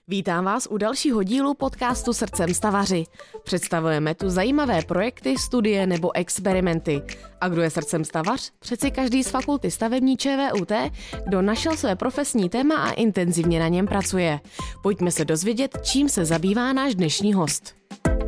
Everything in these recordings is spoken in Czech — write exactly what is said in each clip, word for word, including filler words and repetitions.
Vítám vás u dalšího dílu podcastu Srdcem stavaři. Představujeme tu zajímavé projekty, studie nebo experimenty. A kdo je srdcem stavař? Přeci každý z fakulty stavební ČVUT, kdo našel své profesní téma a intenzivně na něm pracuje. Pojďme se dozvědět, čím se zabývá náš dnešní host.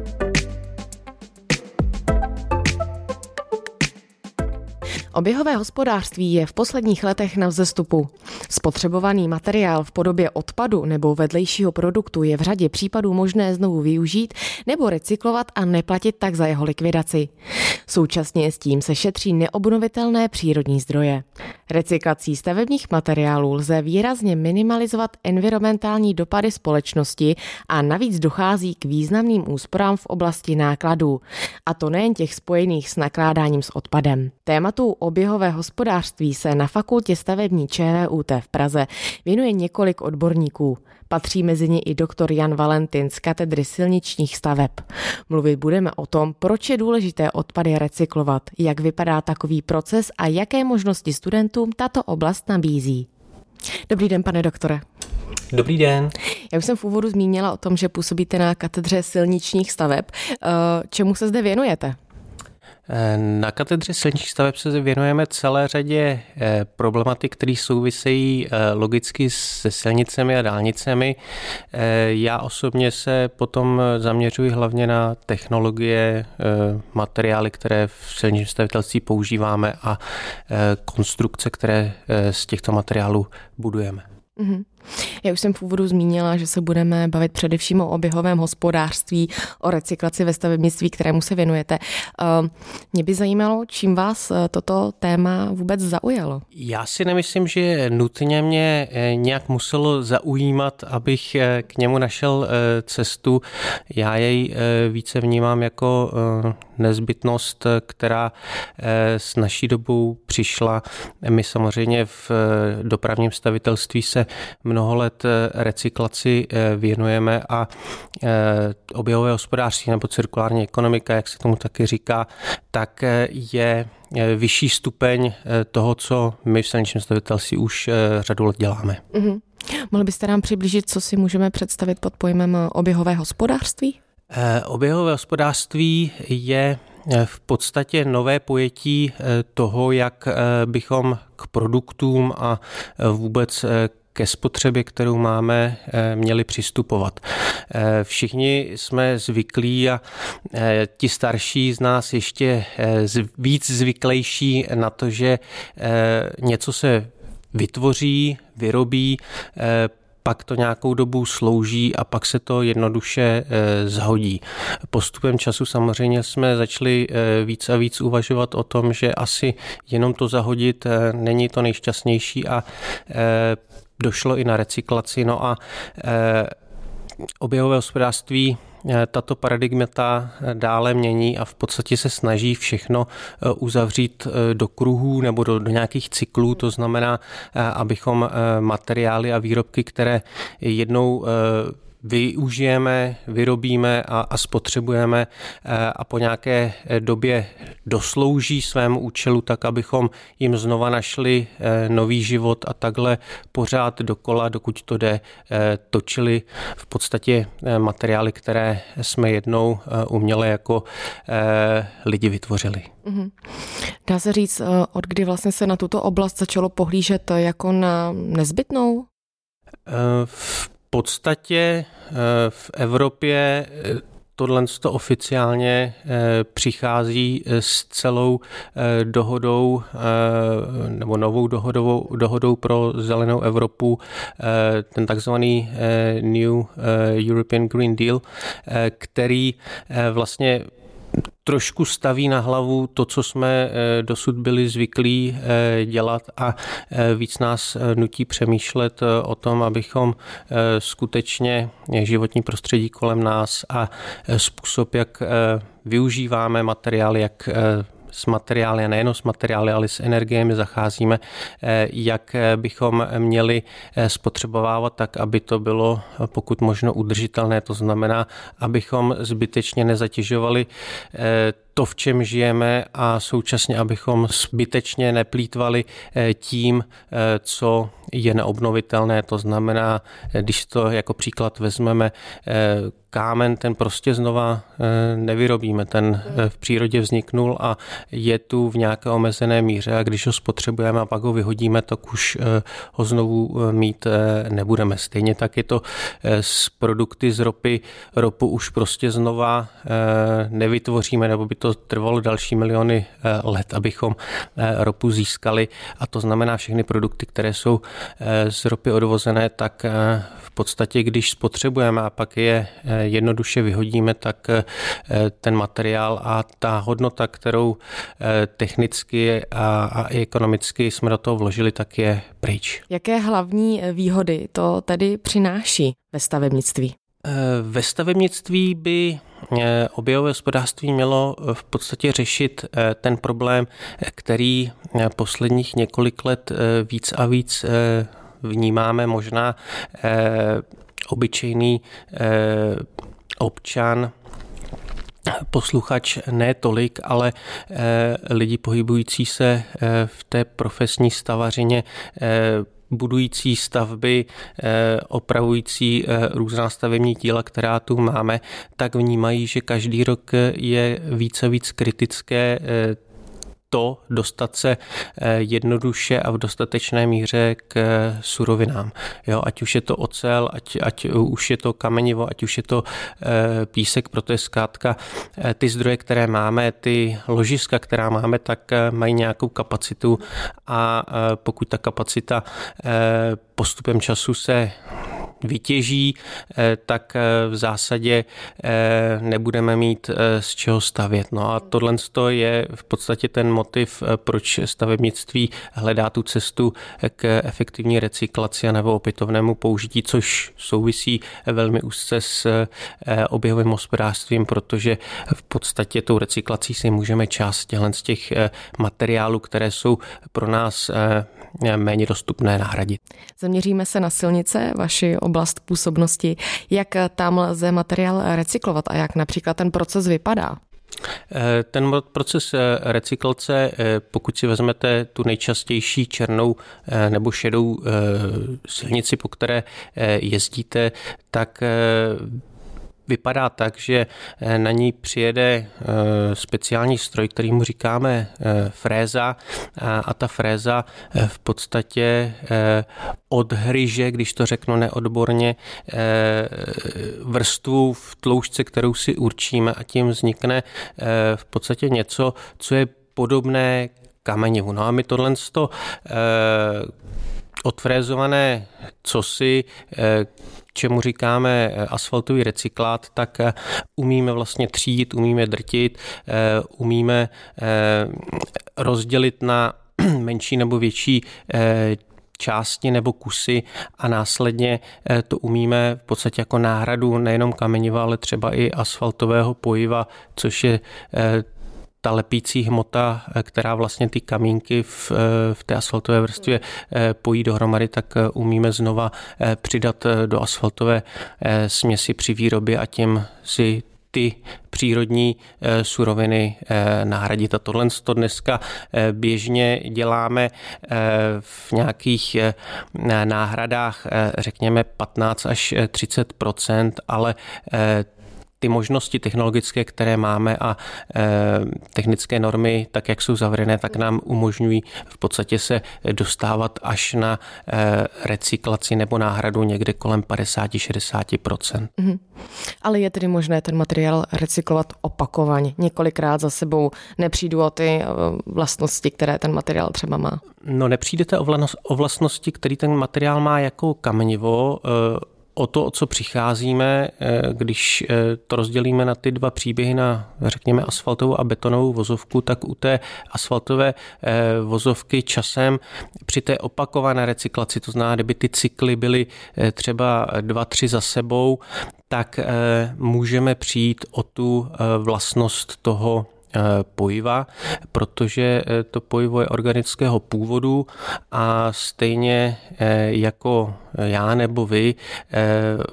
Oběhové hospodářství je v posledních letech na vzestupu. Spotřebovaný materiál v podobě odpadu nebo vedlejšího produktu je v řadě případů možné znovu využít nebo recyklovat a neplatit tak za jeho likvidaci. Současně s tím se šetří neobnovitelné přírodní zdroje. Recyklací stavebních materiálů lze výrazně minimalizovat environmentální dopady společnosti a navíc dochází k významným úsporám v oblasti nákladů. A to nejen těch spojených s nakládáním s odpadem. Tématu oběhové hospodářství se na fakultě stavební ČVUT v Praze věnuje několik odborníků. Patří mezi ně i doktor Jan Valentin z katedry silničních staveb. Mluvit budeme o tom, proč je důležité odpady recyklovat, jak vypadá takový proces a jaké možnosti studentům tato oblast nabízí. Dobrý den, pane doktore. Dobrý den. Já už jsem v úvodu zmínila o tom, že působíte na katedře silničních staveb. Čemu se zde věnujete? Na katedře silničních staveb se věnujeme celé řadě problematik, které souvisejí logicky se silnicemi a dálnicemi. Já osobně se potom zaměřuji hlavně na technologie, materiály, které v silničním stavitelství používáme a konstrukce, které z těchto materiálů budujeme. Mm-hmm. Já už jsem v úvodu zmínila, že se budeme bavit především o oběhovém hospodářství, o recyklaci ve stavebnictví, kterému se věnujete. Mě by zajímalo, čím vás toto téma vůbec zaujalo. Já si nemyslím, že nutně mě nějak muselo zaujímat, abych k němu našel cestu. Já jej více vnímám jako nezbytnost, která s naší dobou přišla. My samozřejmě v dopravním stavitelství se mnoho let recyklaci věnujeme a oběhové hospodářství nebo cirkulární ekonomika, jak se tomu taky říká, tak je vyšší stupeň toho, co my v silničním stavitelství už řadu let děláme. Mm-hmm. Mohli byste nám přiblížit, co si můžeme představit pod pojmem oběhové hospodářství? Oběhové hospodářství je v podstatě nové pojetí toho, jak bychom k produktům a vůbec ke spotřebě, kterou máme, měli přistupovat. Všichni jsme zvyklí a ti starší z nás ještě víc zvyklejší na to, že něco se vytvoří, vyrobí, pak to nějakou dobu slouží a pak se to jednoduše zhodí. Postupem času samozřejmě jsme začali víc a víc uvažovat o tom, že asi jenom to zahodit není to nejšťastnější a došlo i na recyklaci. No a oběhové hospodářství tato paradigmata dále mění a v podstatě se snaží všechno uzavřít do kruhů nebo do, do nějakých cyklů. To znamená, abychom materiály a výrobky, které jednou využijeme, vyrobíme a, a spotřebujeme a po nějaké době doslouží svému účelu, tak abychom jim znova našli nový život a takhle pořád dokola, dokud to jde, točili v podstatě materiály, které jsme jednou uměle jako lidi vytvořili. Mm-hmm. Dá se říct, od kdy vlastně se na tuto oblast začalo pohlížet jako na nezbytnou? V V podstatě v Evropě tohle oficiálně přichází s celou dohodou nebo novou dohodovou, dohodou pro zelenou Evropu, ten takzvaný New European Green Deal, který vlastně trošku staví na hlavu to, co jsme dosud byli zvyklí dělat a víc nás nutí přemýšlet o tom, abychom skutečně životní prostředí kolem nás a způsob, jak využíváme materiály, jak s materiály, a nejen s materiály, ale s energiemi zacházíme, jak bychom měli spotřebovávat tak, aby to bylo pokud možno udržitelné. To znamená, abychom zbytečně nezatěžovali to, v čem žijeme a současně, abychom zbytečně neplýtvali tím, co je neobnovitelné. To znamená, když to jako příklad vezmeme, kámen, ten prostě znova nevyrobíme. Ten v přírodě vzniknul a je tu v nějaké omezené míře a když ho spotřebujeme a pak ho vyhodíme, tak už ho znovu mít nebudeme. Stejně tak je to s produkty z ropy. Ropu už prostě znova nevytvoříme, nebo by to trvalo další miliony let, abychom ropu získali. A to znamená všechny produkty, které jsou z ropy odvozené, tak v podstatě, když spotřebujeme a pak je jednoduše vyhodíme, tak ten materiál a ta hodnota, kterou technicky a, a i ekonomicky jsme do toho vložili, tak je pryč. Jaké hlavní výhody to tedy přináší ve stavebnictví? Ve stavebnictví by oběhové hospodářství mělo v podstatě řešit ten problém, který posledních několik let víc a víc vnímáme. Možná obyčejný občan, posluchač ne tolik, ale lidi pohybující se v té profesní stavařině, budující stavby, opravující různá stavební díla, která tu máme, tak vnímají, že každý rok je více a víc kritické to dostat se jednoduše a v dostatečné míře k surovinám. Jo, ať už je to ocel, ať, ať už je to kamenivo, ať už je to písek, proto je zkrátka ty zdroje, které máme, ty ložiska, která máme, tak mají nějakou kapacitu a pokud ta kapacita postupem času se vytěží, tak v zásadě nebudeme mít z čeho stavět. No a tohle je v podstatě ten motiv, proč stavebnictví hledá tu cestu k efektivní recyklaci a nebo opětovnému použití, což souvisí velmi úzce s oběhovým hospodářstvím, protože v podstatě tou recyklací si můžeme část z těch materiálů, které jsou pro nás méně dostupné, nahradit. Zaměříme se na silnice, vaši oblast působnosti. Jak tam lze materiál recyklovat a jak například ten proces vypadá? Ten proces recyklace, pokud si vezmete tu nejčastější černou nebo šedou silnici, po které jezdíte, tak vypadá tak, že na ní přijede speciální stroj, který mu říkáme fréza a ta fréza v podstatě odhryže, když to řeknu neodborně, vrstvu v tloušťce, kterou si určíme a tím vznikne v podstatě něco, co je podobné kamenivu. No a my tohle odfrézované cosi, čemu říkáme asfaltový recyklát, tak umíme vlastně třídit, umíme drtit, umíme rozdělit na menší nebo větší části nebo kusy a následně to umíme v podstatě jako náhradu nejenom kameniva, ale třeba i asfaltového pojiva, což je ta lepící hmota, která vlastně ty kamínky v, v té asfaltové vrstvě pojí dohromady, tak umíme znova přidat do asfaltové směsi při výrobě a tím si ty přírodní suroviny nahradit. A tohle to dneska běžně děláme v nějakých náhradách, řekněme patnáct až třicet procent, ale ty možnosti technologické, které máme a e, technické normy, tak jak jsou zavřené, tak nám umožňují v podstatě se dostávat až na e, recyklaci nebo náhradu někde kolem padesát až šedesát procent. Mm-hmm. Ale je tedy možné ten materiál recyklovat opakovaně, několikrát za sebou, nepřijdu o ty vlastnosti, které ten materiál třeba má? No nepřijdete o vlastnosti, který ten materiál má jako kamenivo. E, O to, o co přicházíme, když to rozdělíme na ty dva příběhy, na řekněme asfaltovou a betonovou vozovku, tak u té asfaltové vozovky časem při té opakované recyklaci, to znamená, kdyby ty cykly byly třeba dva, tři za sebou, tak můžeme přijít o tu vlastnost toho pojiva, protože to pojivo je organického původu a stejně jako já nebo vy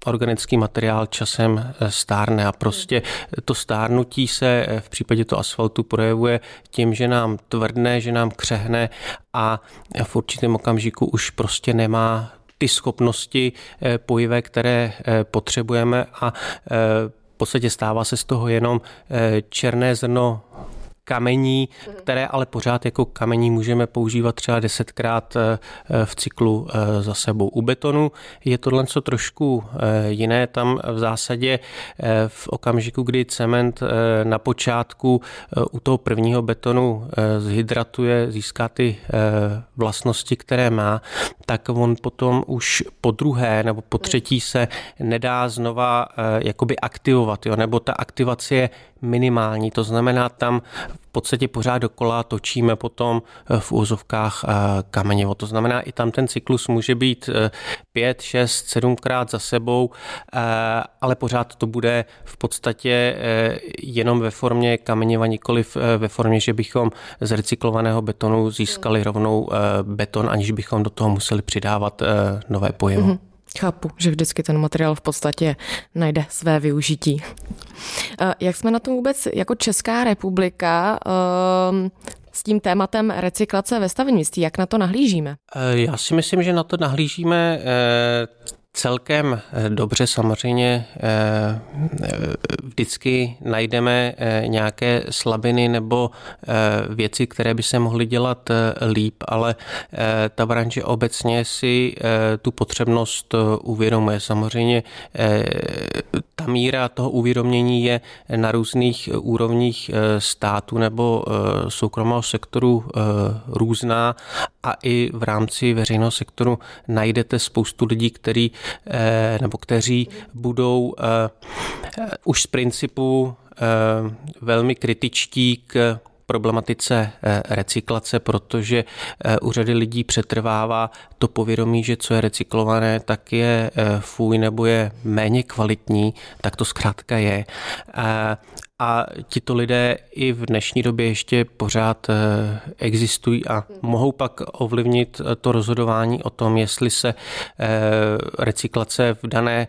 organický materiál časem stárne a prostě to stárnutí se v případě toho asfaltu projevuje tím, že nám tvrdne, že nám křehne a v určitém okamžiku už prostě nemá ty schopnosti pojivé, které potřebujeme a v podstatě stává se z toho jenom černé zrno kamení, které ale pořád jako kamení můžeme používat třeba desetkrát v cyklu za sebou. U betonu je tohle co trošku jiné. Tam v zásadě v okamžiku, kdy cement na počátku u toho prvního betonu zhydratuje, získá ty vlastnosti, které má, tak on potom už po druhé nebo po třetí se nedá znova jakoby aktivovat, jo? Nebo ta aktivace je minimální, to znamená tam v podstatě pořád dokola točíme potom v úzovkách kamenivo. To znamená, i tam ten cyklus může být pět, šest, sedmkrát za sebou, ale pořád to bude v podstatě jenom ve formě kameniva, nikoliv ve formě, že bychom z recyklovaného betonu získali rovnou beton, aniž bychom do toho museli přidávat nové pojivo. Mm-hmm. Chápu, že vždycky ten materiál v podstatě najde své využití. Jak jsme na tom vůbec jako Česká republika s tím tématem recyklace ve stavebnictví, jak na to nahlížíme? Já si myslím, že na to nahlížíme celkem dobře. Samozřejmě vždycky najdeme nějaké slabiny nebo věci, které by se mohly dělat líp, ale ta branže obecně si tu potřebnost uvědomuje. Samozřejmě ta míra toho uvědomění je na různých úrovních státu nebo soukromého sektoru různá a i v rámci veřejného sektoru najdete spoustu lidí, který nebo kteří budou už z principu velmi kritičtí k problematice recyklace, protože u řady lidí přetrvává to povědomí, že co je recyklované, tak je fuj nebo je méně kvalitní, tak to zkrátka je. A tito lidé i v dnešní době ještě pořád existují a mohou pak ovlivnit to rozhodování o tom, jestli se recyklace v dané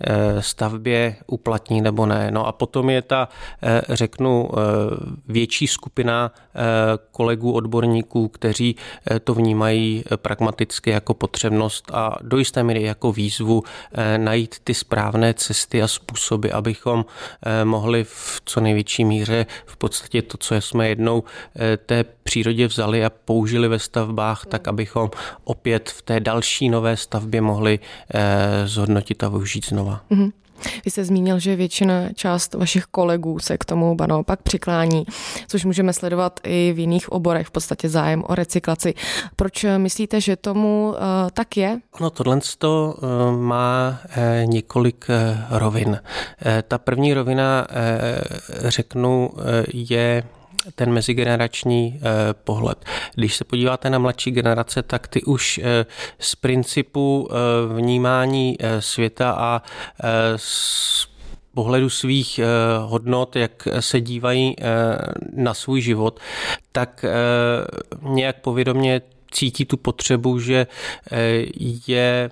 stavbě uplatní nebo ne. No a potom je ta, řeknu, větší skupina kolegů, odborníků, kteří to vnímají pragmaticky jako potřebnost a do jisté míry jako výzvu najít ty správné cesty a způsoby, abychom mohli v co největší míře v podstatě to, co jsme jednou té přírodě vzali a použili ve stavbách, tak abychom opět v té další nové stavbě mohli zhodnotit a využít znova. Mm-hmm. Vy jste zmínil, že většina část vašich kolegů se k tomu ba naopak přiklání, což můžeme sledovat i v jiných oborech, v podstatě zájem o recyklaci. Proč myslíte, že tomu uh, tak je? No tohle to uh, má uh, několik uh, rovin. Uh, ta první rovina, uh, řeknu, uh, je ten mezigenerační eh, pohled. Když se podíváte na mladší generace, tak ty už eh, z principu eh, vnímání eh, světa a eh, z pohledu svých eh, hodnot, jak se dívají eh, na svůj život, tak eh, nějak povědomě cítí tu potřebu, že eh, je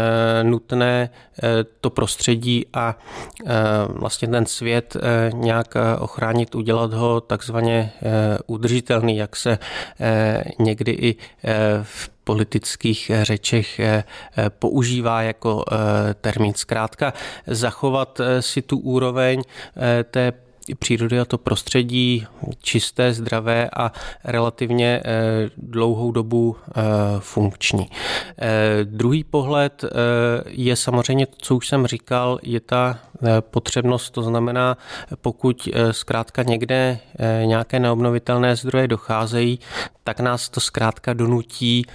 nutné to prostředí a vlastně ten svět nějak ochránit, udělat ho takzvaně udržitelný, jak se někdy i v politických řečech používá jako termín. Zkrátka zachovat si tu úroveň té přírody a to prostředí čisté, zdravé a relativně dlouhou dobu funkční. Druhý pohled je samozřejmě to, co už jsem říkal, je ta potřebnost, to znamená, pokud zkrátka někde nějaké neobnovitelné zdroje docházejí, tak nás to zkrátka donutí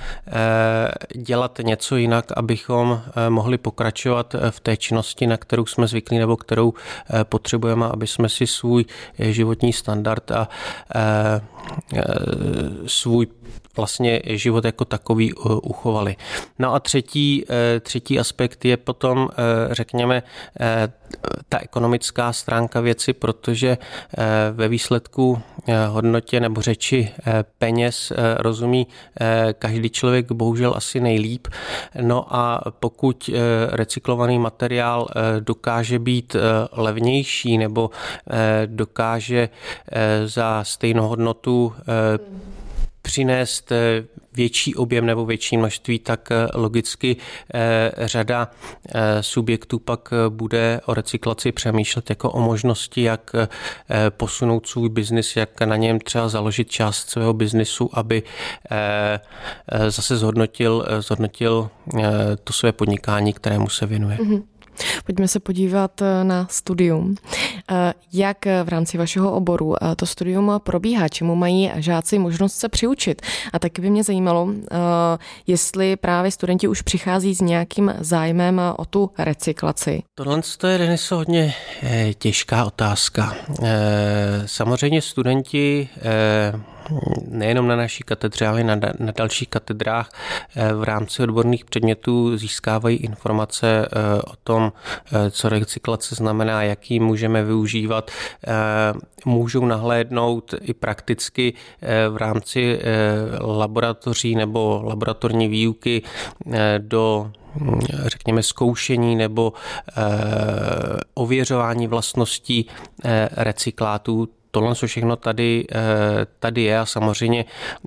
dělat něco jinak, abychom mohli pokračovat v té činnosti, na kterou jsme zvyklí nebo kterou potřebujeme, aby jsme si svůj životní standard a svůj vlastně život jako takový uchovali. No a třetí, třetí aspekt je potom, řekněme, ta ekonomická stránka věci, protože ve výsledku hodnotě nebo řeči peněz rozumí každý člověk bohužel asi nejlíp. No a pokud recyklovaný materiál dokáže být levnější nebo dokáže za stejnou hodnotu přinést větší objem nebo větší množství, tak logicky řada subjektů pak bude o recyklaci přemýšlet jako o možnosti, jak posunout svůj biznis, jak na něm třeba založit část svého biznisu, aby zase zhodnotil, zhodnotil to své podnikání, kterému se věnuje. Mm-hmm. Pojďme se podívat na studium. Jak v rámci vašeho oboru to studium probíhá? Čemu mají žáci možnost se přiučit? A taky by mě zajímalo, jestli právě studenti už přichází s nějakým zájmem o tu recyklaci. Tohle je dnes hodně těžká otázka. Samozřejmě studenti nejenom na naší katedře, ale na, na dalších katedrách v rámci odborných předmětů získávají informace o tom, co recyklace znamená, jak ji můžeme využívat. Můžou nahlédnout i prakticky v rámci laboratoří nebo laboratorní výuky do řekněme zkoušení nebo ověřování vlastností recyklátů. Tohle všechno tady, tady je a samozřejmě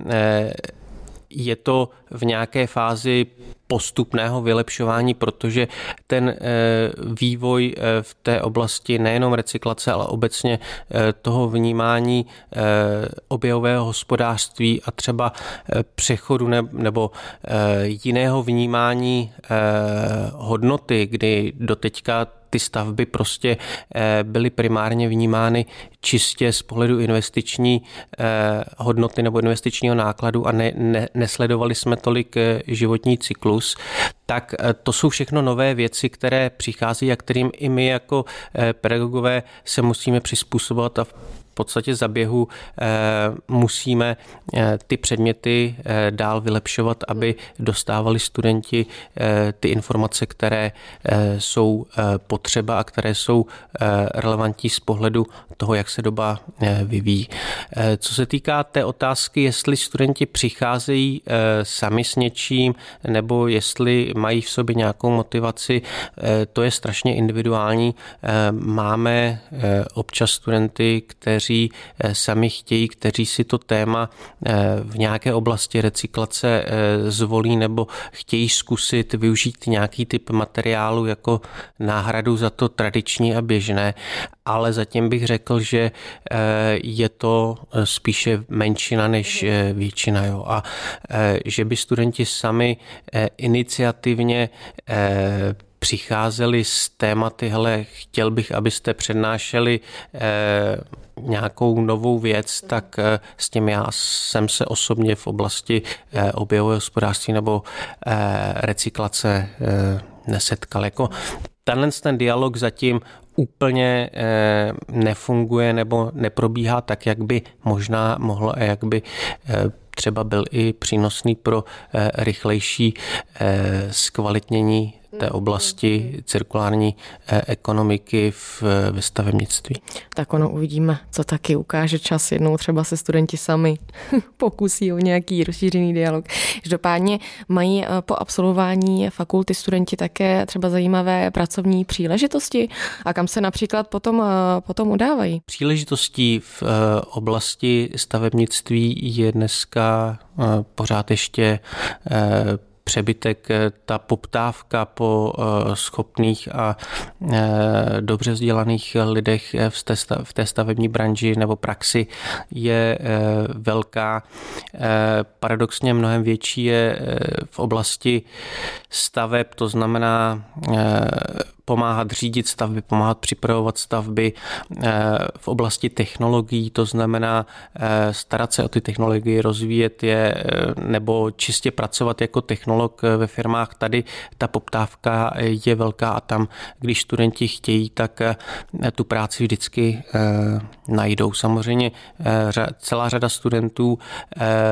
je to v nějaké fázi postupného vylepšování, protože ten vývoj v té oblasti nejenom recyklace, ale obecně toho vnímání oběhového hospodářství a třeba přechodu nebo jiného vnímání hodnoty, kdy doteďka ty stavby prostě byly primárně vnímány čistě z pohledu investiční hodnoty nebo investičního nákladu a ne, ne, nesledovali jsme tolik životní cyklus, tak to jsou všechno nové věci, které přichází a kterým i my jako pedagogové se musíme přizpůsobovat a v podstatě za běhu musíme ty předměty dál vylepšovat, aby dostávali studenti ty informace, které jsou potřeba a které jsou relevantní z pohledu toho, jak se doba vyvíjí. Co se týká té otázky, jestli studenti přicházejí sami s něčím, nebo jestli mají v sobě nějakou motivaci, to je strašně individuální. Máme občas studenty, kteří sami chtějí, kteří si to téma v nějaké oblasti recyklace zvolí nebo chtějí zkusit využít nějaký typ materiálu jako náhradu za to tradiční a běžné, ale zatím bych řekl, že je to spíše menšina než většina. Jo. A že by studenti sami iniciativně přicházeli s tématy, hele, chtěl bych, abyste přednášeli eh, nějakou novou věc, tak eh, s tím já jsem se osobně v oblasti eh, oběhového hospodářství nebo eh, recyklace eh, nesetkal. Jako tenhle ten dialog zatím úplně eh, nefunguje nebo neprobíhá tak, jak by možná mohlo a jak by eh, třeba byl i přínosný pro eh, rychlejší eh, zkvalitnění té oblasti cirkulární ekonomiky v, ve stavebnictví. Tak ono uvidíme, co taky ukáže čas. Jednou třeba se studenti sami pokusí o nějaký rozšířený dialog. Každopádně mají po absolvování fakulty studenti také třeba zajímavé pracovní příležitosti a kam se například potom, potom udávají? Příležitostí v oblasti stavebnictví je dneska pořád ještě přebytek, ta poptávka po schopných a dobře vzdělaných lidech v té stavební branži nebo praxi je velká. Paradoxně mnohem větší je v oblasti staveb, to znamená pomáhat řídit stavby, pomáhat připravovat stavby v oblasti technologií, to znamená starat se o ty technologie, rozvíjet je nebo čistě pracovat jako technolog ve firmách. Tady ta poptávka je velká a tam, když studenti chtějí, tak tu práci vždycky najdou. Samozřejmě celá řada studentů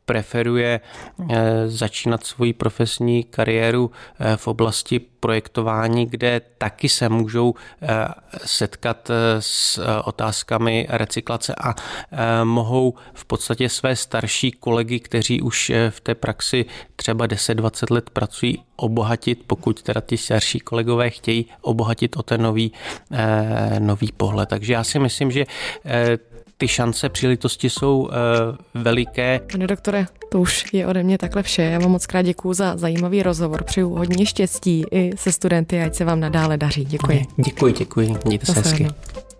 preferuje začínat svoji profesní kariéru v oblasti projektování, kde taky se můžou setkat s otázkami recyklace a mohou v podstatě své starší kolegy, kteří už v té praxi třeba deset dvacet let pracují, obohatit, pokud teda ti starší kolegové chtějí obohatit o ten nový, nový pohled. Takže já si myslím, že ty šance, příležitosti jsou uh, veliké. Pane doktore, to už je ode mě takhle vše. Já vám moc krát děkuju za zajímavý rozhovor. Přeju hodně štěstí i se studenty, ať se vám nadále daří. Děkuji. Děkuji, děkuji. Mějte se hezky.